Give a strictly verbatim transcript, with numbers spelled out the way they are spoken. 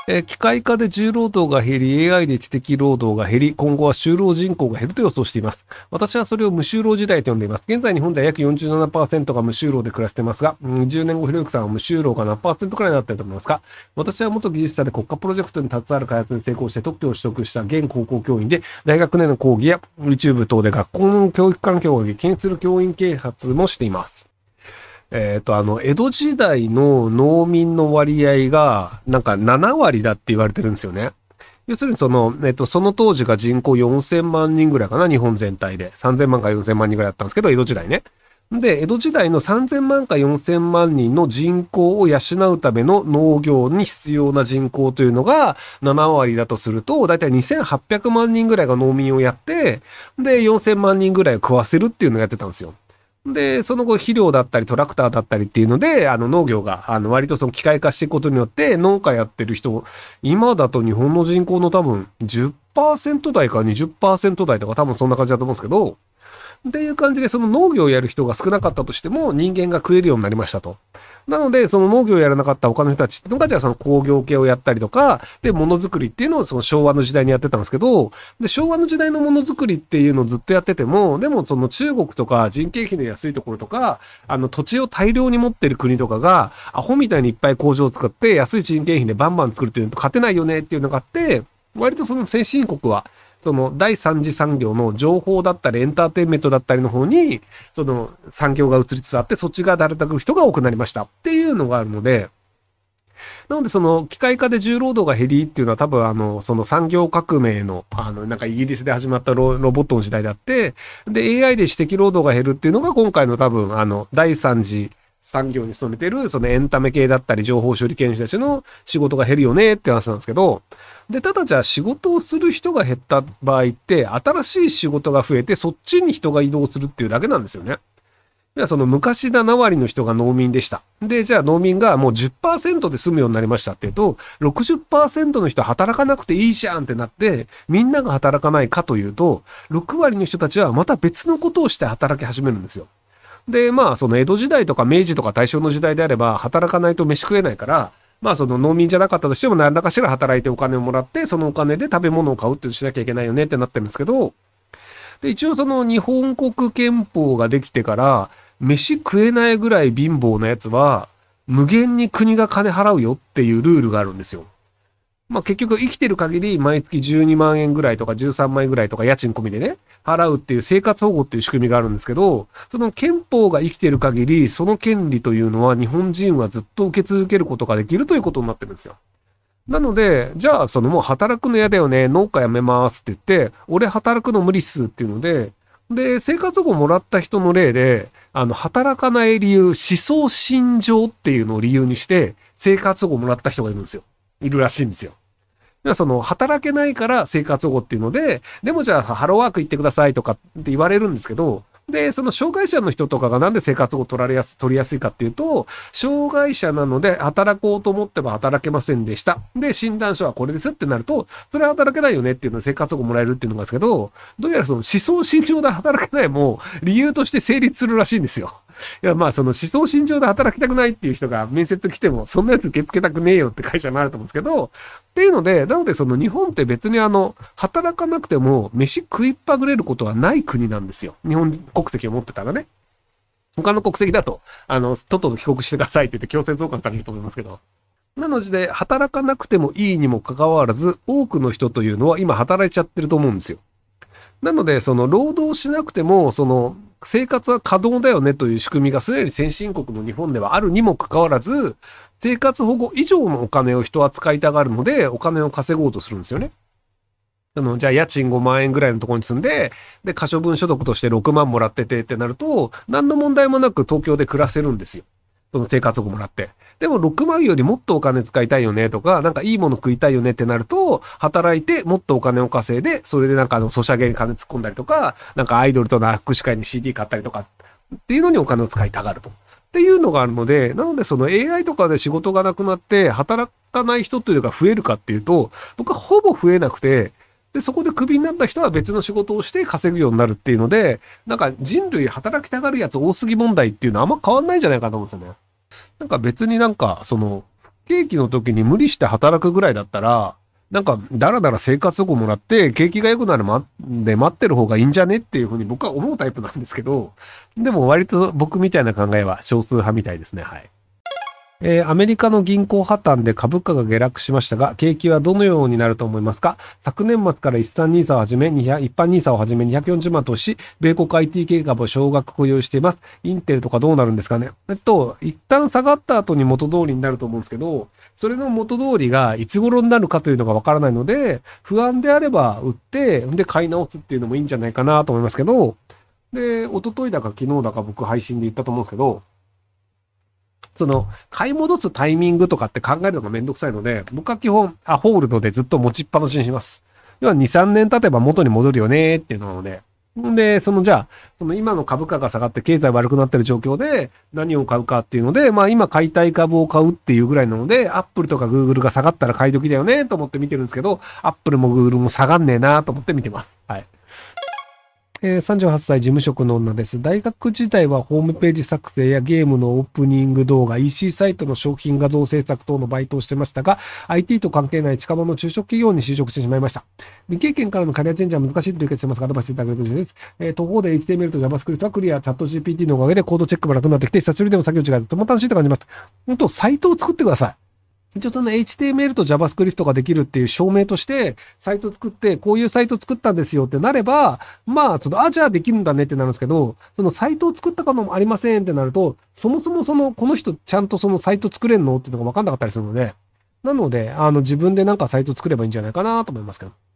えー機械化で重労働が減り、エーアイ で知的労働が減り、今後は就労人口が減ると予想しています。私はそれを無就労時代と呼んでいます。現在日本では約よんじゅうななパーセントが無就労で暮らしていますが、うんじゅうねんご、ひろゆきさんは無就労が何パーセントくらいになっていると思いますか？私は元技術者で国家プロジェクトに携わる開発に成功して特許を取得した現高校教員で、大学での講義や YouTube 等で学校の教育環境を激変する教員啓発もしています。えっと、あの、江戸時代の農民の割合が、なんかなな割だって言われてるんですよね。要するにその、えっと、その当時が人口よんせんまん人ぐらいかな、日本全体で。さんぜんまんかよんせんまん人ぐらいだったんですけど、江戸時代ね。で、江戸時代のさんぜんまんかよんせんまん人の人口を養うための農業に必要な人口というのがなな割だとすると、だいたいにせんはっぴゃくまん人ぐらいが農民をやって、で、よんせんまん人ぐらいを食わせるっていうのをやってたんですよ。で、その後肥料だったりトラクターだったりっていうので、あの農業が、あの割とその機械化していくことによって農家やってる人、今だと日本の人口の多分じゅっパーセント台かにじゅっパーセント台とか多分そんな感じだと思うんですけど、っていう感じでその農業をやる人が少なかったとしても人間が食えるようになりましたと。なので、その農業をやらなかった他の人たちっていうのが、じゃあその工業系をやったりとか、で、ものづくりっていうのをその昭和の時代にやってたんですけど、で、昭和の時代のものづくりっていうのをずっとやってても、でもその中国とか人件費の安いところとか、あの土地を大量に持ってる国とかが、アホみたいにいっぱい工場を作って安い人件費でバンバン作るっていうのと勝てないよねっていうのがあって、割とその先進国は、その第三次産業の情報だったりエンターテインメントだったりの方に、その産業が移りつつあって、そっち側で働く人が多くなりましたっていうのがあるので、なのでその機械化で重労働が減りっていうのは多分あの、その産業革命の、あの、なんかイギリスで始まったロロボットの時代であって、で エーアイ で知的労働が減るっていうのが今回の多分あの、第三次産業に勤めてる、そのエンタメ系だったり情報処理系の人たちの仕事が減るよねって話なんですけど、で、ただじゃあ仕事をする人が減った場合って、新しい仕事が増えて、そっちに人が移動するっていうだけなんですよね。じゃあその昔なな割の人が農民でした。で、じゃあ農民がもうじゅっパーセントで済むようになりましたっていうと、ろくじゅっパーセントの人働かなくていいじゃんってなって、みんなが働かないかというと、ろく割の人たちはまた別のことをして働き始めるんですよ。で、まあその江戸時代とか明治とか大正の時代であれば、働かないと飯食えないから、まあその農民じゃなかったとしても何らかしら働いてお金をもらって、そのお金で食べ物を買うってしなきゃいけないよねってなってるんですけど、で、一応その日本国憲法ができてから、飯食えないぐらい貧乏なやつは、無限に国が金払うよっていうルールがあるんですよ。まあ結局生きてる限り毎月じゅうにまん円ぐらいとかじゅうさんまん円ぐらいとか家賃込みでね、払うっていう生活保護っていう仕組みがあるんですけど、その憲法が生きてる限り、その権利というのは日本人はずっと受け続けることができるということになってるんですよ。なので、じゃあそのもう働くの嫌だよね、農家辞めますって言って、俺働くの無理っすっていうので、で、生活保護もらった人の例で、あの、働かない理由、思想信条っていうのを理由にして、生活保護もらった人がいるんですよ。いるらしいんですよ。その、働けないから生活保護っていうので、でもじゃあ、ハローワーク行ってくださいとかって言われるんですけど、で、その障害者の人とかがなんで生活保護取られやす、取りやすいかっていうと、障害者なので働こうと思っても働けませんでした。で、診断書はこれですってなると、それは働けないよねっていうので生活保護もらえるっていうのがですけど、どうやらその思想信条で働けないも理由として成立するらしいんですよ。いや、まあ、その思想信条で働きたくないっていう人が面接来ても、そんなやつ受け付けたくねえよって会社もあると思うんですけど、っていうので、なのでその日本って別にあの、働かなくても飯食いっぱぐれることはない国なんですよ。日本国籍を持ってたらね。他の国籍だと、あの、とっとと帰国してくださいって言って強制送還されると思いますけど。なので、働かなくてもいいにもかかわらず、多くの人というのは今働いちゃってると思うんですよ。なので、その労働しなくても、その生活は可能だよねという仕組みがすでに先進国の日本ではあるにもかかわらず、生活保護以上のお金を人は使いたがるので、お金を稼ごうとするんですよね。あの、じゃあ家賃ごまん円ぐらいのところに住んで、で、可処分所得としてろくまんもらっててってなると、何の問題もなく東京で暮らせるんですよ。その生活保護もらって。でもろくまんよりもっとお金使いたいよねとか、なんかいいもの食いたいよねってなると、働いてもっとお金を稼いで、それでなんかあの、ソシャゲに金突っ込んだりとか、なんかアイドルとの握手会に シーディー 買ったりとかっていうのにお金を使いたがると。っていうのがあるので、なのでその エーアイ とかで仕事がなくなって働かない人というのが増えるかっていうと、僕はほぼ増えなくて、で、そこでクビになった人は別の仕事をして稼ぐようになるっていうので、なんか人類働きたがるやつ多すぎ問題っていうのはあんま変わんないんじゃないかと思うんですよね。なんか別になんか、その、 景気の時に無理して働くぐらいだったら、なんか、だらだら生活保護もらって、景気が良くなるまで待ってる方がいいんじゃねっていうふうに僕は思うタイプなんですけど、でも割と僕みたいな考えは少数派みたいですね。はい。えーアメリカの銀行破綻で株価が下落しましたが、景気はどのようになると思いますか？昨年末から一般ニーサをはじめ、にひゃく一般ニーサをはじめにひゃくよんじゅうまん投資し、米国 アイティー 系株を少額保有しています。インテルとかどうなるんですかね？えっと、一旦下がった後に元通りになると思うんですけど、それの元通りがいつ頃になるかというのがわからないので、不安であれば売って、で買い直すっていうのもいいんじゃないかなと思いますけど、で、一昨日だか昨日だか僕配信で言ったと思うんですけど、その、買い戻すタイミングとかって考えるのがめんどくさいので、僕は基本、あ、ホールドでずっと持ちっぱなしにします。要はに、さんねん経てば元に戻るよねっていうのなので。で、そのじゃあ、その今の株価が下がって経済悪くなってる状況で何を買うかっていうので、まあ今買いたい株を買うっていうぐらいなので、アップルとかグーグルが下がったら買い時だよねと思って見てるんですけど、アップルもグーグルも下がんねえなと思って見てます。はい。えー、さんじゅうはっさい事務職の女です。大学時代はホームページ作成やゲームのオープニング動画、イーシー サイトの商品画像制作等のバイトをしてましたが、アイティー と関係ない近場の中小企業に就職してしまいました。未経験からのキャリアチェンジは難しいと理解してますが、アドバイスいただけると嬉しいです。えー、途方で エイチティーエムエル と JavaScript はクリア、チャット ジーピーティー のおかげでコードチェックも楽になってきて、久しぶりでも作業違いとても楽しいと感じました。本当、サイトを作ってください。一応その エイチティーエムエル と JavaScript ができるっていう証明として、サイト作って、こういうサイト作ったんですよってなれば、まあ、その、あ、じゃあできるんだねってなるんですけど、そのサイトを作ったかもありませんってなると、そもそもその、この人ちゃんとそのサイト作れんのっていうのが分かんなかったりするので、なので、あの、自分でなんかサイト作ればいいんじゃないかなと思いますけど。